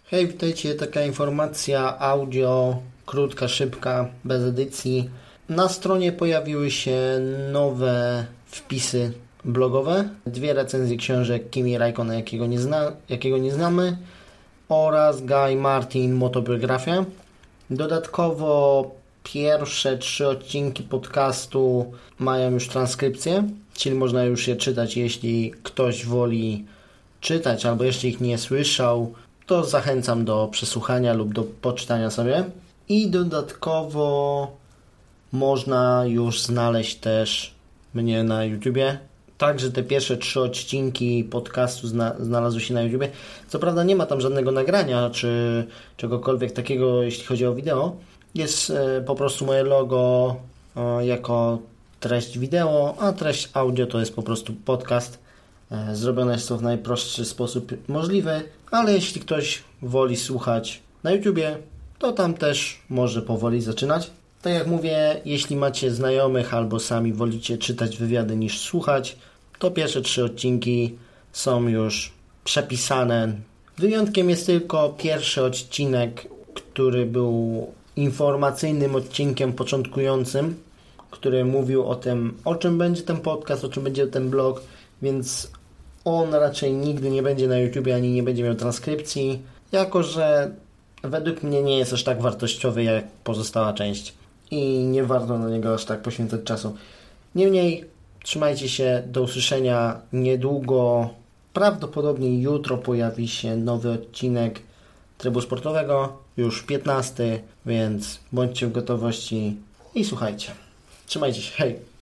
Hej, witajcie, taka informacja audio, krótka, szybka, bez edycji. Na stronie pojawiły się nowe wpisy blogowe, 2 recenzje książek Kimi Räikköna, jakiego nie znamy, oraz Guy Martin, motobiografia. Dodatkowo pierwsze 3 odcinki podcastu mają już transkrypcję, czyli można już je czytać, jeśli ktoś woli czytać, albo jeszcze ich nie słyszał, to zachęcam do przesłuchania lub do poczytania sobie. I dodatkowo można już znaleźć też mnie na YouTubie. Także te pierwsze 3 odcinki podcastu znalazły się na YouTubie. Co prawda nie ma tam żadnego nagrania czy czegokolwiek takiego, jeśli chodzi o wideo. Jest po prostu moje logo jako treść wideo, a treść audio to jest po prostu podcast. Zrobione jest to w najprostszy sposób możliwy, ale jeśli ktoś woli słuchać na YouTubie, to tam też może powoli zaczynać. Tak jak mówię, jeśli macie znajomych albo sami wolicie czytać wywiady niż słuchać, to pierwsze 3 odcinki są już przepisane. Wyjątkiem jest tylko pierwszy odcinek, który był informacyjnym odcinkiem początkującym, który mówił o tym, o czym będzie ten podcast, o czym będzie ten blog, więc on raczej nigdy nie będzie na YouTubie, ani nie będzie miał transkrypcji, jako że według mnie nie jest aż tak wartościowy jak pozostała część i nie warto na niego aż tak poświęcać czasu. Niemniej, trzymajcie się, do usłyszenia niedługo, prawdopodobnie jutro pojawi się nowy odcinek Trybu Sportowego, już 15, więc bądźcie w gotowości i słuchajcie. Trzymajcie się, hej!